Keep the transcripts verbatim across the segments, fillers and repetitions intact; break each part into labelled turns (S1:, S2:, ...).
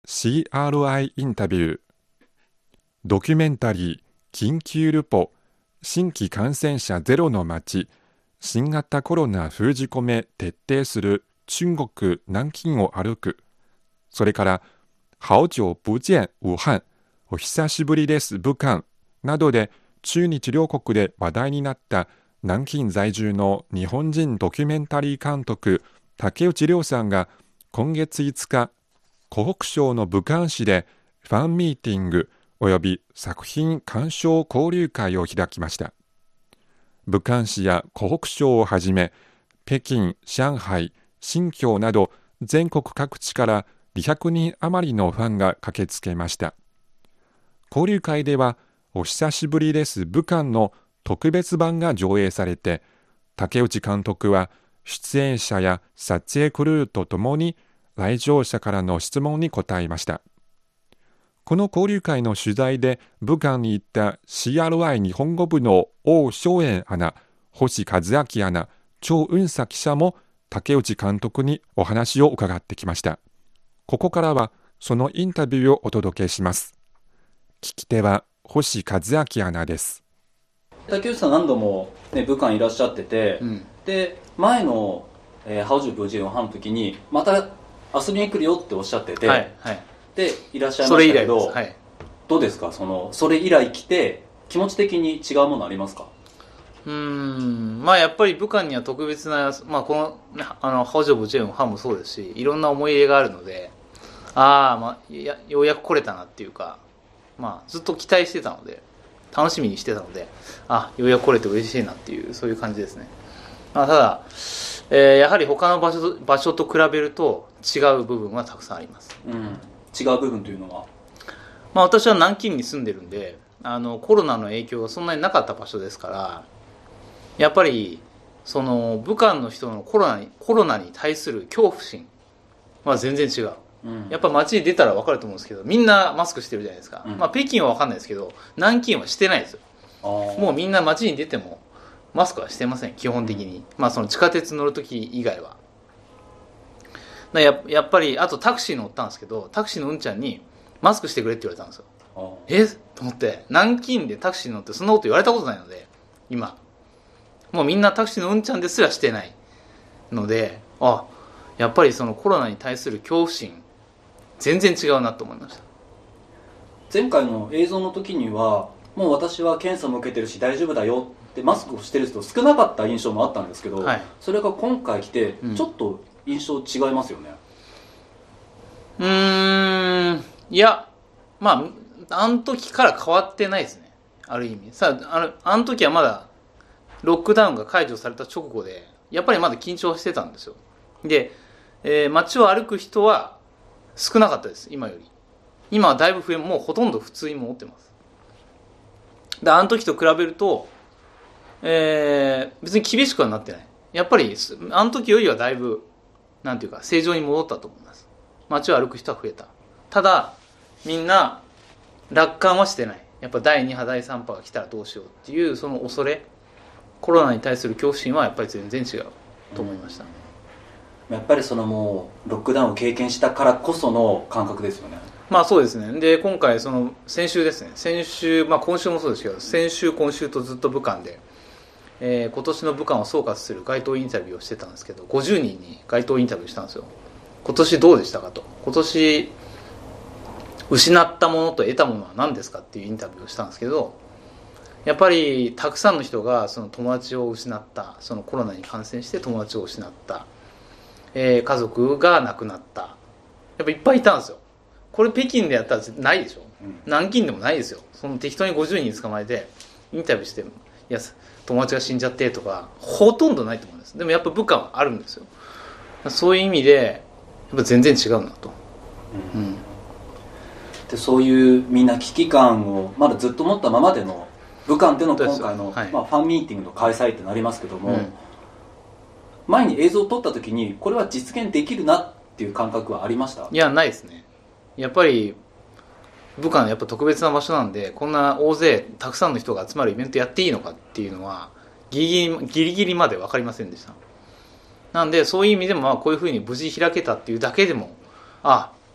S1: シーアールアイ インタビュー、ドキュメンタリー緊急ルポ、新規感染者ゼロの街、新型コロナ封じ込め徹底する中国南京を歩く、それから好久不見武漢、お久しぶりです武漢などで中日両国で話題になった南京在住の日本人ドキュメンタリー監督竹内涼さんが今月いつか湖北省の武漢市でファンミーティングおよび作品鑑賞交流会を開きました。武漢市や湖北省をはじめ北京、上海、新疆など全国各地からにひゃくにん余りのファンが駆けつけました。交流会ではお久しぶりです武漢の特別版が上映されて、竹内監督は出演者や撮影クルーとともに来場者からの質問に答えました。この交流会の取材で武漢に行った シーアールアイ 日本語部の王正燕アナ、星和明アナ、張雲佐記者も竹内監督にお話を伺ってきました。ここからはそのインタビューをお届けします。聞き手は星和明アナです。
S2: 竹内さん何度も、ね、武漢いらっしゃってて、うん、で前の、えー、ハオジュブージェンハンの時にまた遊びに来るよっておっしゃってて、はいはい、でいらっしゃいましたけど、はい、どうですか、そのそれ以来来て気持ち的に違うものありますか？
S3: うーんまあやっぱり武漢には特別な、まあ、このあのハオジュブージェンハンもそうですし、いろんな思い入れがあるので、ああ、まあ、やようやく来れたなっていうか、まあ、ずっと期待してたので楽しみにしてたので、あようやく来れて嬉しいなっていう、そういう感じですね。まあ、ただ、えー、やはり他の場所と、場所と比べると違う部分はたくさんあります、
S2: うん、違う部分というのは、
S3: まあ、私は南京に住んでるんで、あのコロナの影響がそんなになかった場所ですから、やっぱりその武漢の人のコロナに、コロナに対する恐怖心は全然違う。うん、やっぱ街に出たら分かると思うんですけど、みんなマスクしてるじゃないですか、うん、まあ、北京は分かんないですけど南京はしてないですよ。もうみんな街に出てもマスクはしてません基本的に、まあ、その地下鉄乗るとき以外は。だや, やっぱりあとタクシー乗ったんですけど、タクシーのうんちゃんにマスクしてくれって言われたんですよ。えと思って、南京でタクシー乗ってそんなこと言われたことないので、今もうみんなタクシーのうんちゃんですらしてないので、あやっぱりそのコロナに対する恐怖心全然違うなと思いました。
S2: 前回の映像の時にはもう私は検査も受けてるし大丈夫だよってマスクをしてる人少なかった印象もあったんですけど、はい、それが今回来てちょっと印象違いますよね。
S3: うん、うーんいやまああの時から変わってないですね、ある意味。さあ、あの、あの時はまだロックダウンが解除された直後でやっぱりまだ緊張してたんですよ。で、えー、街を歩く人は少なかったです、今より。今はだいぶ増え、もうほとんど普通に持ってます。で、あの時と比べると、えー、別に厳しくはなってない。やっぱりあの時よりはだいぶなんていうか正常に戻ったと思います。街を歩く人は増えた。ただみんな楽観はしてない。やっぱだいに波だいさん波が来たらどうしようっていうその恐れ、コロナに対する恐怖心はやっぱり全然違うと思いました。うん
S2: やっぱりそのもうロックダウンを経験したからこその感覚ですよね。
S3: まあそうですね。で今回その先週ですね、先週、まあ、今週もそうですけど、先週今週とずっと武漢で、えー、今年の武漢を総括する街頭インタビューをしてたんですけど、ごじゅうにんに街頭インタビューしたんですよ。今年どうでしたかと、今年失ったものと得たものは何ですかっていうインタビューをしたんですけど、やっぱりたくさんの人がその友達を失った、そのコロナに感染して友達を失った、えー、家族が亡くなった、やっぱいっぱいいたんですよ。これ北京でやったらないでしょ、うん、南京でもないですよ。その適当にごじゅうにん捕まえてインタビューして、いや友達が死んじゃってとかほとんどないと思うんです。でもやっぱ武漢はあるんですよ。そういう意味でやっぱ全然違うなと、うんうん、
S2: でそういうみんな危機感をまだずっと持ったままでの武漢での今回の、はいまあ、ファンミーティングの開催ってなりますけども、うん、前に映像を撮った時にこれは実現できるなっていう感覚はありました？
S3: いやないですね。やっぱり武漢やっぱ特別な場所なんで、こんな大勢たくさんの人が集まるイベントやっていいのかっていうのはギリギリ、ギリギリまで分かりませんでした。なんでそういう意味でもまあこういうふうに無事開けたっていうだけでも、あ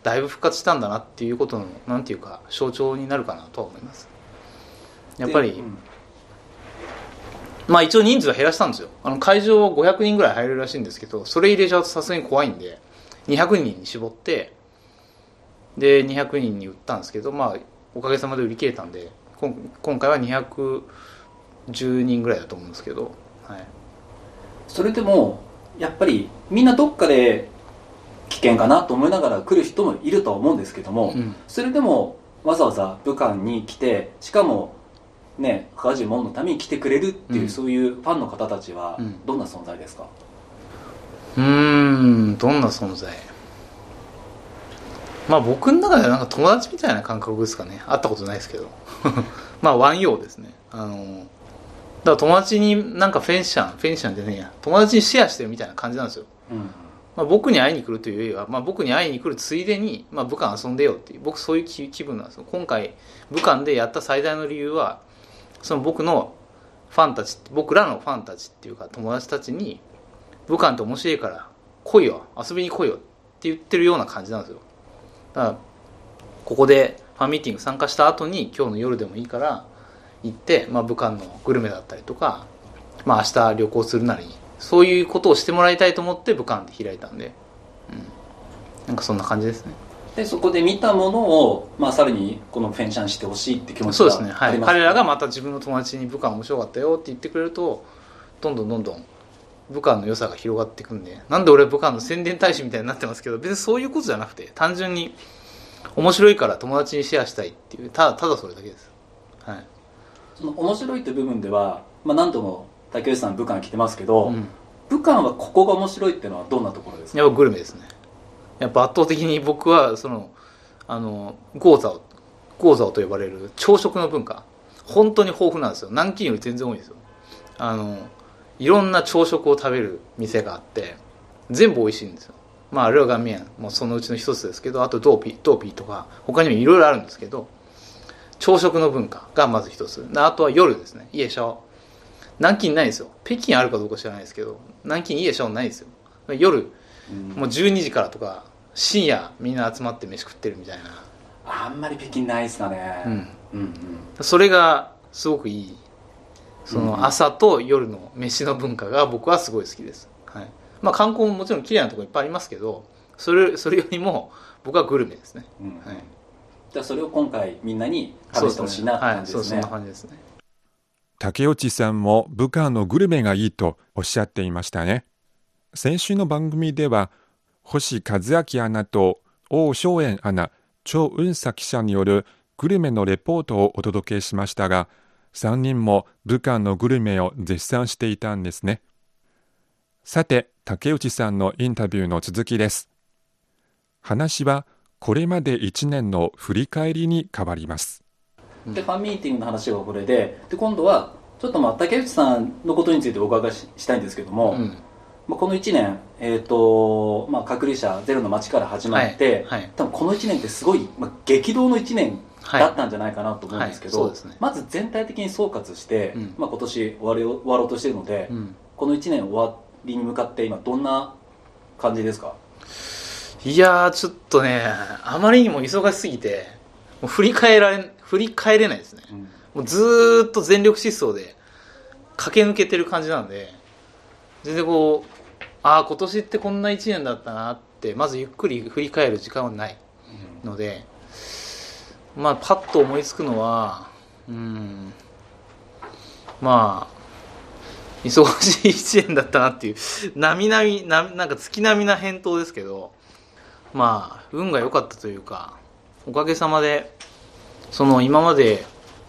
S3: だいぶ復活したんだなっていうことのなんていうか象徴になるかなとは思います。やっぱり、うん、まあ一応人数は減らしたんですよ。あの会場ごひゃくにんぐらい入れるらしいんですけど、それ入れちゃうとさすがに怖いんでにひゃくにんに絞ってでにひゃくにんに売ったんですけど、まあおかげさまで売り切れたんで今回はにひゃくじゅうにんぐらいだと思うんですけど、はい、
S2: それでもやっぱりみんなどっかで危険かなと思いながら来る人もいるとは思うんですけども、うん、それでもわざわざ武漢に来て、しかもねガジモンのために来てくれるっていう、うん、そういうファンの方たちはどんな存在ですか？
S3: うーんどんな存在、まあ僕の中ではなんか友達みたいな感覚ですかね。会ったことないですけどまあワンヨーですね。あのだから友達になんかフェンシャンフェンシャンじゃねえや友達にシェアしてるみたいな感じなんですよ、うんまあ、僕に会いに来るというよりは、まあ、僕に会いに来るついでに、まあ、武漢遊んでよっていう僕そういう気分なんですよ。今回武漢でやった最大の理由はその僕のファンたち僕らのファンたちっていうか友達たちに武漢って面白いから来いよ遊びに来いよって言ってるような感じなんですよ。だからここでファンミーティング参加した後に今日の夜でもいいから行って、まあ、武漢のグルメだったりとか、まあ、明日旅行するなりそういうことをしてもらいたいと思って武漢で開いたんで、うん、なんかそんな感じですね。
S2: でそこで見たものを、まあ、さらにこのフェンシャンしてほしいって気持ちがありますね。そうですね、はい、彼
S3: らがまた自分の友達に武漢面白かったよって言ってくれるとどんどんどんどん武漢の良さが広がっていくんで、なんで俺武漢の宣伝大使みたいになってますけど別にそういうことじゃなくて単純に面白いから友達にシェアしたいっていうただただそれだけです、はい、
S2: その面白いって部分では、まあ、何度も竹内さん武漢来てますけど、うん、武漢はここが面白いっていうのはどんなところですか？
S3: やっぱグルメですね。やっぱ圧倒的に僕はそのあのゴーザオゴーザオと呼ばれる朝食の文化本当に豊富なんですよ。南京より全然多いんですよ。あのいろんな朝食を食べる店があって全部美味しいんですよ。まあ熱干面もそのうちの一つですけど、あとドーピードーピーとか他にもいろいろあるんですけど、朝食の文化がまず一つ。あとは夜ですね。家シャオ南京ないですよ。北京あるかどうか知らないですけど南京家シャオないですよ。夜もうじゅうにじからとか深夜みんな集まって飯食ってるみたいな。
S2: あんまり北京ないですかね、うんうん
S3: うん、それがすごくいい。その朝と夜の飯の文化が僕はすごい好きです、はい。まあ、観光ももちろん綺麗なところいっぱいありますけどそれ、それよりも僕はグルメですね、うんはい、
S2: じゃあそれを今回みんなに食べてほしいなって感じですね。
S3: そうですね、はい、そうそんな感じですね。
S1: 竹内さんも武漢のグルメがいいとおっしゃっていましたね。先週の番組では星和明アナと王正円アナ、張雲沙記者によるグルメのレポートをお届けしましたが、さんにんも武漢のグルメを絶賛していたんですね。さて、竹内さんのインタビューの続きです。話はこれまでいちねんの振り返りに変わります。
S2: でファンミーティングの話がこれで、で今度はちょっとまあ竹内さんのことについてお伺い し, したいんですけども、うんまあ、このいちねん、えーとまあ、隔離者ゼロの街から始まって、はいはい、多分このいちねんってすごい、まあ、激動のいちねんだったんじゃないかなと思うんですけど、はいはいね、まず全体的に総括して、うんまあ、今年終わり終わろうとしているので、うん、このいちねん終わりに向かって今どんな感じですか？
S3: いやーちょっとねあまりにも忙しすぎてもう振り返られ振り返れないですね、うん、もうずーっと全力疾走で駆け抜けてる感じなんで全然こうああ今年ってこんないちねんだったなってまずゆっくり振り返る時間はないので、うん、まあパッと思いつくのはうんまあ忙しいいちねんだったなっていう並々ななんか月並みな返答ですけど、まあ運が良かったというかおかげさまでその今まで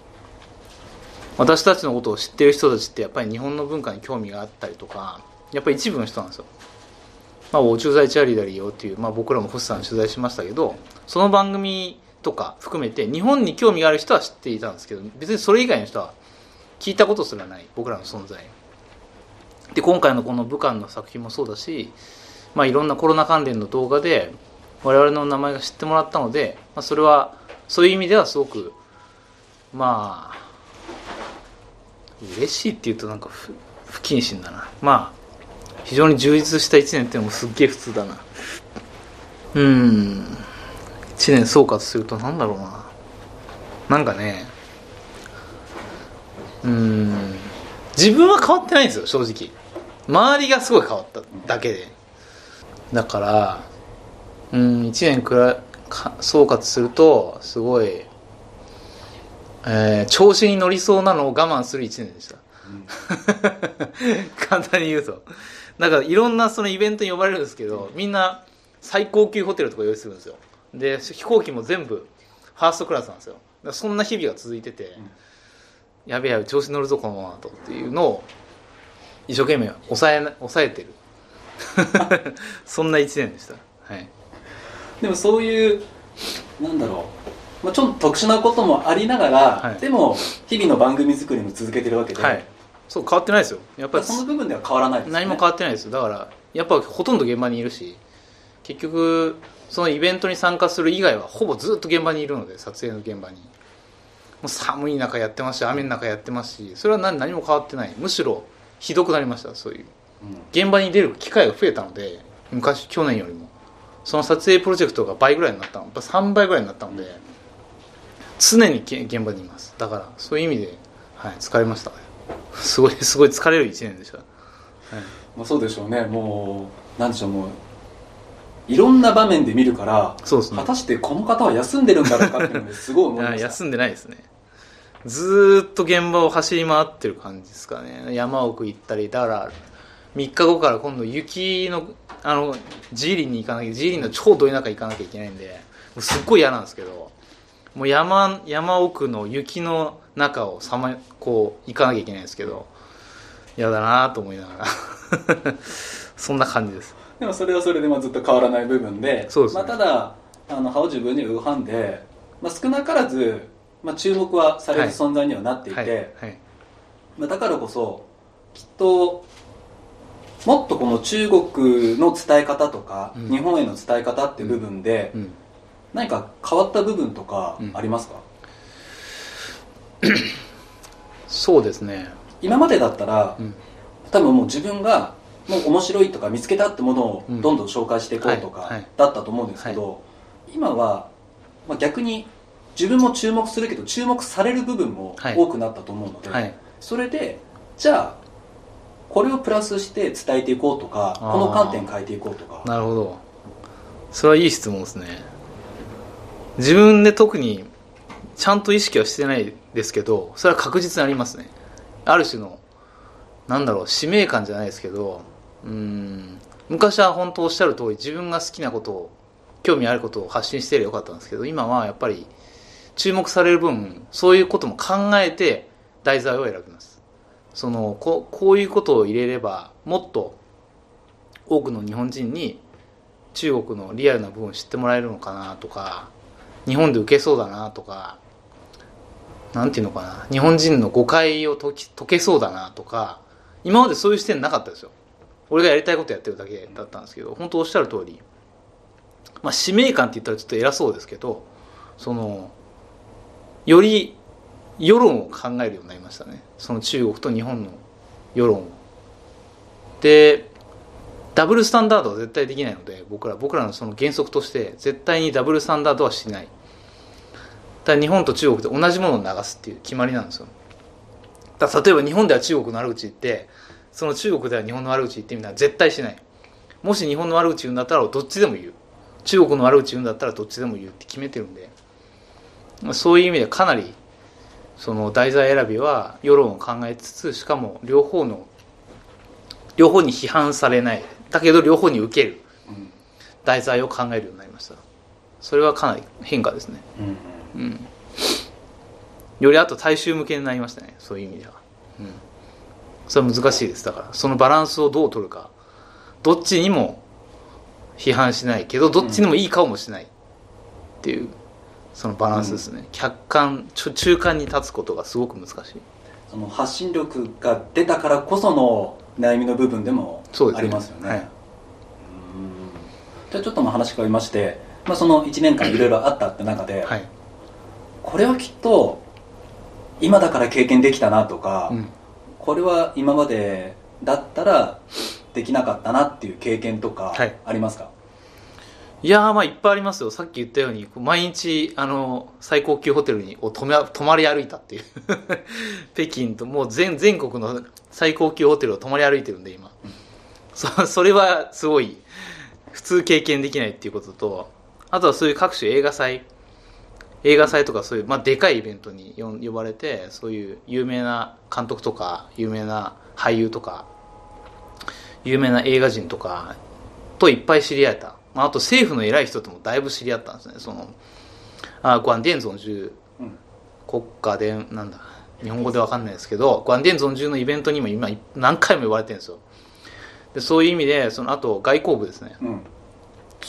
S3: 私たちのことを知っている人たちってやっぱり日本の文化に興味があったりとかやっぱり一部の人なんですよ。まあお駐在チャリダリーよっていう、まあ、僕らも星さん取材しましたけどその番組とか含めて日本に興味がある人は知っていたんですけど別にそれ以外の人は聞いたことすらない僕らの存在で今回のこの武漢の作品もそうだし、まあ、いろんなコロナ関連の動画で我々の名前が知ってもらったので、まあ、それはそういう意味ではすごくまあ嬉しいっていうとなんか不不謹慎だな。まあ非常に充実したいちねんっていうのもすっげえ普通だな。うーんちねん総括するとなんだろうな、なんかね、うーん自分は変わってないんですよ正直。周りがすごい変わっただけで。だからうんいちねんくらか総括するとすごい、えー、調子に乗りそうなのを我慢するいちねんでした、うん、簡単に言うと。だからいろんなそのイベントに呼ばれるんですけど、みんな最高級ホテルとか用意するんですよ。で飛行機も全部ファーストクラスなんですよ。だからそんな日々が続いてて、うん、やべえやべえ調子乗るぞこのままとっていうのを一生懸命抑えな抑えてるそんないちねんでした、はい、
S2: でもそういうなんだろう、まあ、ちょっと特殊なこともありながら、はい、でも日々の番組作りも続けてるわけで、はい、
S3: そう変わってないですよ。やっぱり
S2: その部分では変わらないですね。
S3: 何も変わってないですよ。だからやっぱほとんど現場にいるし、結局そのイベントに参加する以外はほぼずっと現場にいるので、撮影の現場にもう寒い中やってますし、雨の中やってますし、それは 何, 何も変わってない。むしろひどくなりました。そういう現場に出る機会が増えたので、昔去年よりもその撮影プロジェクトが倍ぐらいになったの、さんばいぐらいになったので、常に現場にいます。だからそういう意味で、はい、疲れましたね。すごいすごい疲れるいちねんでした、はい。
S2: まあ、そうでしょうね。もうなんでしょう、もういろんな場面で見るから、そうですね、果たしてこの方は休んでるんだろうかっていうのですごい思いました。
S3: 休んでないですね。ずっと現場を走り回ってる感じですかね。山奥行ったり、だからみっかごから今度雪のあのジーリンに行かなきゃ、ジーリンの超ど田舎行かなきゃいけないんで、もうすっごい嫌なんですけど、もう 山, 山奥の雪の中をさまこう行かなきゃいけないんですけど、嫌だなと思いながらそんな感じです。
S2: でもそれはそれでまあずっと変わらない部分で、
S3: そうですね、
S2: まあ、ただあのハオジュブにウーハンで、まあ、少なからず、まあ、注目はされる存在にはなっていて、はいはいはい、まあ、だからこそきっともっとこの中国の伝え方とか、うん、日本への伝え方っていう部分で、うんうん、何か変わった部分とかありますか？
S3: うん、そうですね。
S2: 今までだったら、うん、多分もう自分がもう面白いとか見つけたってものをどんどん紹介していこうとかだったと思うんですけど、はいはい、今は、まあ、逆に自分も注目するけど注目される部分も多くなったと思うので、はいはい、それでじゃあこれをプラスして伝えていこうとか、この観点変えていこうとか。
S3: なるほど、それはいい質問ですね。自分で特にちゃんと意識はしてないですけど、それは確実にありますね。ある種のなんだろう、使命感じゃないですけど、うーん昔は本当おっしゃる通り自分が好きなことを、興味あることを発信していればよかったんですけど、今はやっぱり注目される分そういうことも考えて題材を選びます。その こ, こういうことを入れればもっと多くの日本人に中国のリアルな部分を知ってもらえるのかなとか、日本で受けそうだなとか、なんていうのかな、日本人の誤解を解き解けそうだなとか、今までそういう視点なかったですよ。俺がやりたいことやってるだけだったんですけど、本当おっしゃる通り、まあ、使命感って言ったらちょっと偉そうですけど、そのより世論を考えるようになりましたね。その中国と日本の世論を。でダブルスタンダードは絶対できないので、僕ら僕らのその原則として絶対にダブルスタンダードはしない。だ日本と中国で同じものを流すっていう決まりなんですよ。だ例えば日本では中国の悪口言って、その中国では日本の悪口言ってみたら絶対しない。もし日本の悪口言うんだったらどっちでも言う、中国の悪口言うんだったらどっちでも言うって決めてるんで、そういう意味でかなりその題材選びは世論を考えつつ、しかも両方の両方に批判されない、だけど両方に受ける題材を考えるようになりました。それはかなり変化ですね、うんうん、よりあと大衆向けになりましたね、そういう意味では、うん、それは難しいです。だからそのバランスをどう取るか、どっちにも批判しないけどどっちにもいい顔もしないっていう、そのバランスですね、うん、客観中間に立つことがすごく難しい。
S2: その発信力が出たからこその悩みの部分でもありますよね。はい、うん、じゃあちょっとまあ話変わりまして、まあ、そのいちねんかんいろいろあったって中で、はい、これはきっと今だから経験できたなとか、うん、これは今までだったらできなかったなっていう経験とかありますか？は
S3: いやーまあいっぱいありますよ。さっき言ったように毎日あの最高級ホテルにを泊ま、泊まり歩いたっていう北京ともう 全, 全国の最高級ホテルを泊まり歩いてるんで今、うん、そ, それはすごい普通経験できないっていうことと、あとはそういう各種映画祭映画祭とかそういう、まあ、でかいイベントに呼ばれて、そういう有名な監督とか有名な俳優とか有名な映画人とかといっぱい知り合えた。あと政府の偉い人ともだいぶ知り合ったんですね。そのあグァンデンゾンジュ、うん、国家でなんだ日本語でわかんないですけど、グァンデンゾンジュのイベントにも今何回も呼ばれてるんですよ。でそういう意味でそのあと外交部ですね、うん、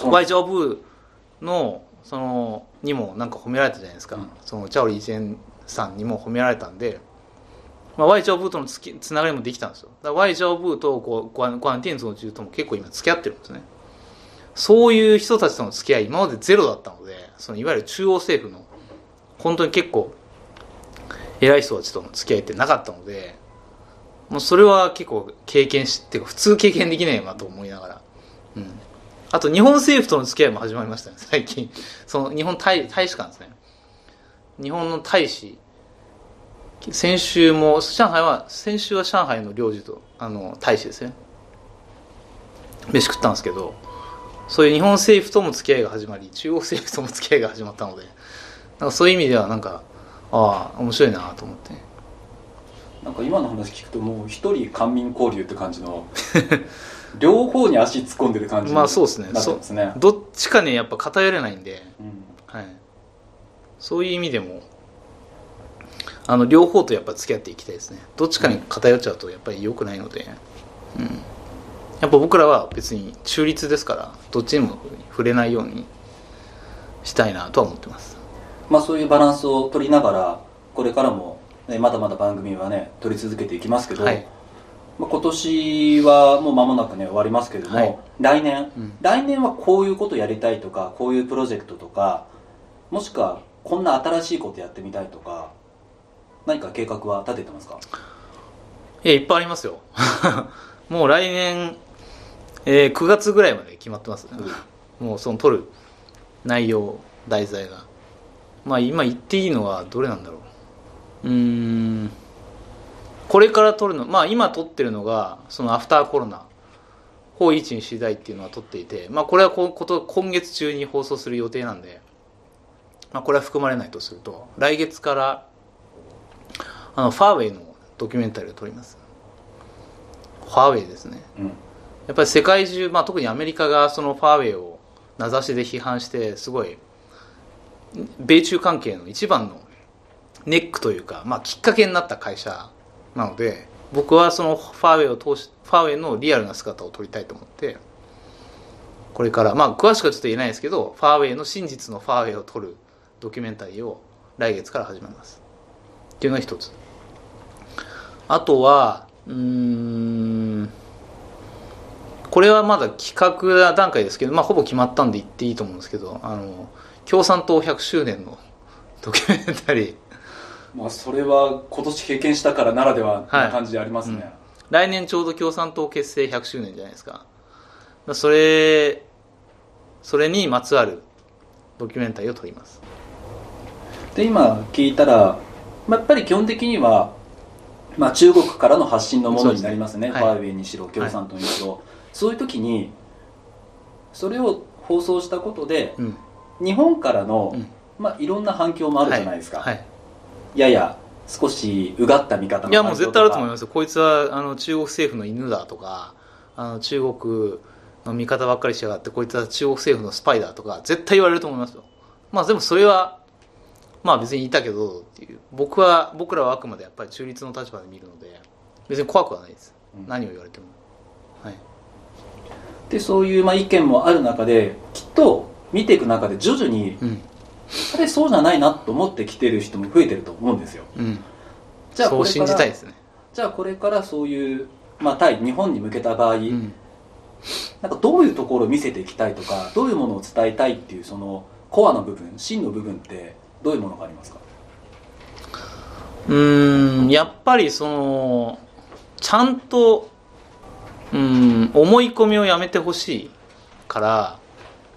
S3: 外交部のそのにもなんか褒められたじゃないですか、うん、そのチャオリージェンさんにも褒められたんで、まあ、外交部とのつきつながりもできたんですよ。だから外交部とこうグァン、グァンデンゾンジュとも結構今付き合ってるんですね。そういう人たちとの付き合い今までゼロだったので、そのいわゆる中央政府の本当に結構偉い人たちとの付き合いってなかったので、もうそれは結構経験しっていうか普通経験できないよなと思いながら、うん、あと日本政府との付き合いも始まりましたね最近。その日本 大, 大使館ですね。日本の大使先週も上海は先週は上海の領事とあの大使ですね飯食ったんですけど、そういう日本政府とも付き合いが始まり中央政府とも付き合いが始まったので、なんかそういう意味ではなんかああ面白いなと思って、
S2: なんか今の話聞くともう一人官民交流って感じの両方に足突っ込んでる感じになってますね。
S3: まあそうですね。どっちかねやっぱ偏れないんで、うんはい、そういう意味でもあの両方とやっぱ付き合っていきたいですね。どっちかに偏っちゃうとやっぱり良くないので、うん、やっぱ僕らは別に中立ですからどっちにも触れないようにしたいなとは思ってます。
S2: まあそういうバランスを取りながらこれからも、ね、まだまだ番組はね取り続けていきますけど、はいまあ、今年はもう間もなくね終わりますけれども、はい、来年、うん、来年はこういうことやりたいとかこういうプロジェクトとかもしくはこんな新しいことやってみたいとか何か計画は立ててますか？
S3: いやいっぱいありますよもう来年、えー、くがつぐらいまで決まってます、うん、もうその撮る内容題材がまあ今言っていいのはどれなんだろう。うーんこれから撮るのまあ今撮ってるのがそのアフターコロナ法一に次第っていうのは撮っていて、まあこれはここと今月中に放送する予定なんで、まあこれは含まれないとすると来月からあのファーウェイのドキュメンタリーを撮ります。ファーウェイですね、うん、やっぱり世界中、まあ、特にアメリカがそのファーウェイを名指しで批判してすごい米中関係の一番のネックというか、まあ、きっかけになった会社なので僕はそのファーウェイを通しファーウェイのリアルな姿を撮りたいと思ってこれからまあ詳しくはちょっと言えないですけどファーウェイの真実のファーウェイを撮るドキュメンタリーを来月から始めますっていうのが一つ。あとはうーんこれはまだ企画段階ですけど、まあ、ほぼ決まったんで言っていいと思うんですけどあの共産党ひゃくしゅうねんのドキュメンタリー
S2: まあそれは今年経験したからならではな感じでありますね、はいうん、
S3: 来年ちょうど共産党結成ひゃくしゅうねんじゃないですか。それそれにまつわるドキュメンタリーを撮ります。
S2: で今聞いたら、まあ、やっぱり基本的には、まあ、中国からの発信のものになりますね。ファーウェイにしろ共産党にしろ、はい、そういう時にそれを放送したことで、うん、日本からの、うんまあ、いろんな反響もあるじゃないですか、はいはい、やや少しうがった見方の反響とか。いやもう
S3: 絶対あると思いますよ。こいつはあの中国政府の犬だとかあの中国の見方ばっかりしやがってこいつは中国政府のスパイだとか絶対言われると思いますよ。まあでもそれはまあ別にいたけどっていう僕は僕らはあくまでやっぱり中立の立場で見るので別に怖くはないです、うん、何を言われても、はい、
S2: でそういうまあ意見もある中できっと見ていく中で徐々に、うん、あれそうじゃないなと思ってきてる人も増えてると思うんですよ、うん、
S3: じゃあこれからそう信じたいですね。
S2: じゃあこれからそういう、まあ、対日本に向けた場合、うん、なんかどういうところを見せていきたいとかどういうものを伝えたいっていうそのコアの部分真の部分ってどういうものがありますか？
S3: うーんやっぱりそのちゃんとうん思い込みをやめてほしいから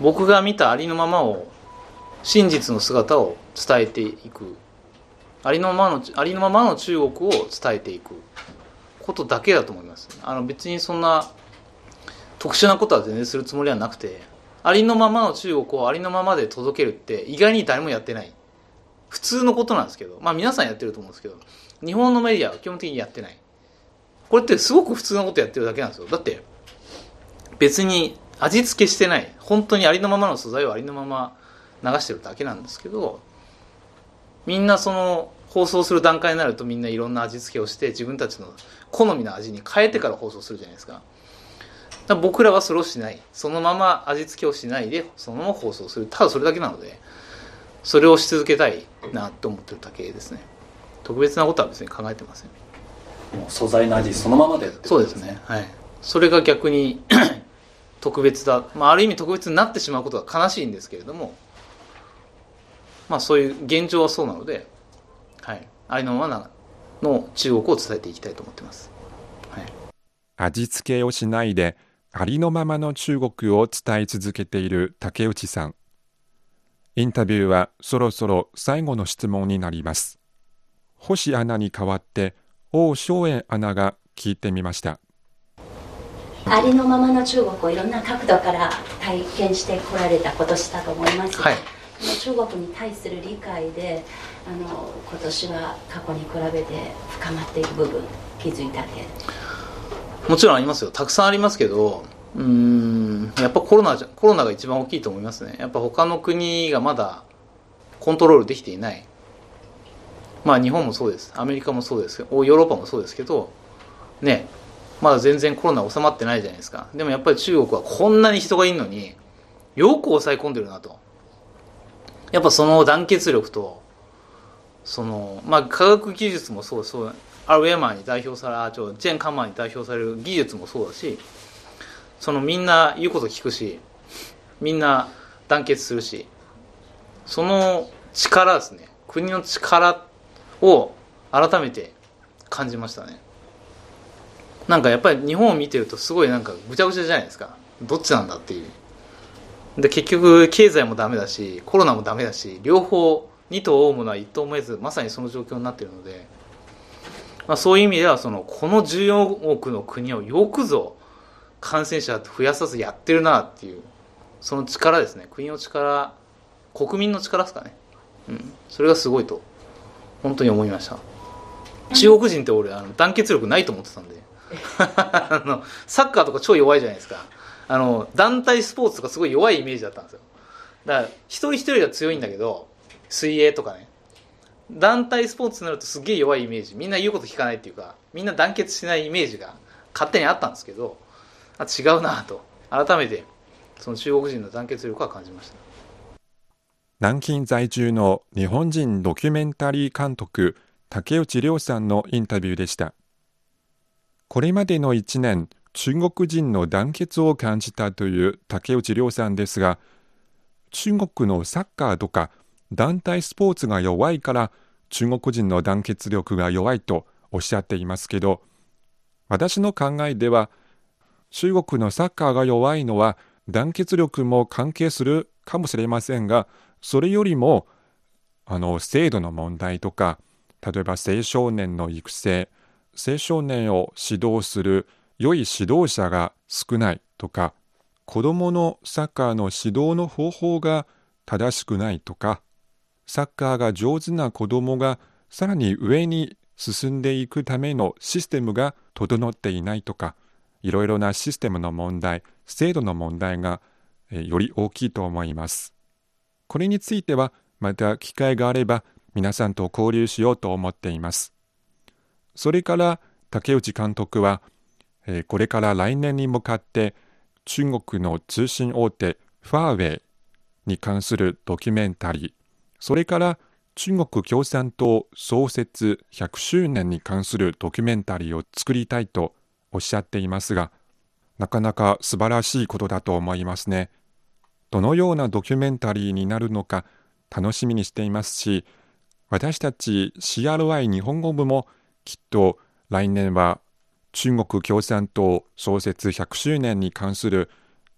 S3: 僕が見たありのままを、真実の姿を伝えていく、ありのままの、ありのままの中国を伝えていくことだけだと思います。あの別にそんな特殊なことは全然するつもりはなくて、ありのままの中国をありのままで届けるって意外に誰もやってない普通のことなんですけど、まあ皆さんやってると思うんですけど、日本のメディアは基本的にやってない。これってすごく普通のことやってるだけなんですよ。だって別に味付けしてない、本当にありのままの素材をありのまま流してるだけなんですけど、みんなその放送する段階になるとみんないろんな味付けをして自分たちの好みの味に変えてから放送するじゃないですか。だから僕らはそれをしない、そのまま味付けをしないでそのまま放送する、ただそれだけなので、それをし続けたいなと思ってるだけですね。特別なことは別に考えてません。
S2: もう素材の味そのままでってことですね。
S3: そうですね、はい、それが逆に特別だ、まあ、ある意味特別になってしまうことが悲しいんですけれども、まあそういう現状はそうなので、はい、ありのままの中国を伝えていきたいと思ってます、はい、
S1: 味付けをしないでありのままの中国を伝え続けている竹内さん。インタビューはそろそろ最後の質問になります。星アナに代わって王正円アナが聞いてみました。
S4: ありのままの中国をいろんな角度から体験してこられた今年だと思います、
S3: はい、
S4: 中国に対する理解であの今年は過去に比べて深まっている部分気づいた点。
S3: もちろんありますよ、たくさんありますけど、うーんやっぱコロナコロナが一番大きいと思いますね。やっぱ他の国がまだコントロールできていない、まあ日本もそうです、アメリカもそうです、ヨーロッパもそうですけどね、まだ全然コロナ収まってないじゃないですか。でもやっぱり中国はこんなに人がいるのによく抑え込んでるなと。やっぱその団結力とその、まあ、科学技術もそうそう、アルエマーに代表されあちょジェンカンマーに代表される技術もそうだし、そのみんな言うこと聞くし、みんな団結するし、その力ですね、国の力を改めて感じましたね。なんかやっぱり日本を見てるとすごいなんかぐちゃぐちゃじゃないですか、どっちなんだっていう。で結局経済もダメだしコロナもダメだし、両方二頭追うものは一頭も得ず、まさにその状況になっているので、まあ、そういう意味ではそのこのじゅうよんおくの国をよくぞ感染者増やさずやってるなっていう、その力ですね、国の力、国民の力ですかね、うん、それがすごいと本当に思いました。中国人って俺あの団結力ないと思ってたんであのサッカーとか超弱いじゃないですか。あの団体スポーツとかすごい弱いイメージだったんですよ。だから一人一人は強いんだけど、水泳とかね、団体スポーツになるとすげえ弱いイメージ、みんな言うこと聞かないっていうか、みんな団結しないイメージが勝手にあったんですけど、あ違うなと改めてその中国人の団結力は感じました。
S1: 南京在住の日本人ドキュメンタリー監督竹内涼さんのインタビューでした。これまでのいちねん、中国人の団結を感じたという竹内涼さんですが、中国のサッカーとか団体スポーツが弱いから中国人の団結力が弱いとおっしゃっていますけど、私の考えでは中国のサッカーが弱いのは団結力も関係するかもしれませんが、それよりもあの制度の問題とか、例えば青少年の育成、青少年を指導する良い指導者が少ないとか、子どものサッカーの指導の方法が正しくないとか、サッカーが上手な子どもがさらに上に進んでいくためのシステムが整っていないとか、いろいろなシステムの問題、制度の問題がえより大きいと思います。これについてはまた機会があれば皆さんと交流しようと思っています。それから竹内監督は、えー、これから来年に向かって中国の通信大手ファーウェイに関するドキュメンタリー、それから中国共産党創設ひゃくしゅうねんに関するドキュメンタリーを作りたいとおっしゃっていますが、なかなか素晴らしいことだと思いますね。どのようなドキュメンタリーになるのか楽しみにしていますし、私たち シーアールアイ 日本語部もきっと来年は中国共産党創設ひゃくしゅうねんに関する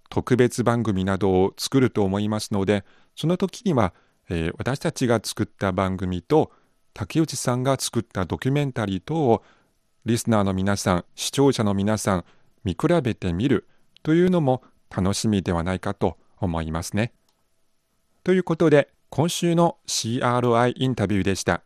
S1: 特別番組などを作ると思いますので、その時には、えー、私たちが作った番組と竹内さんが作ったドキュメンタリー等をリスナーの皆さん、視聴者の皆さん見比べてみるというのも楽しみではないかと思いますね。ということで、今週の シーアールアイ インタビューでした。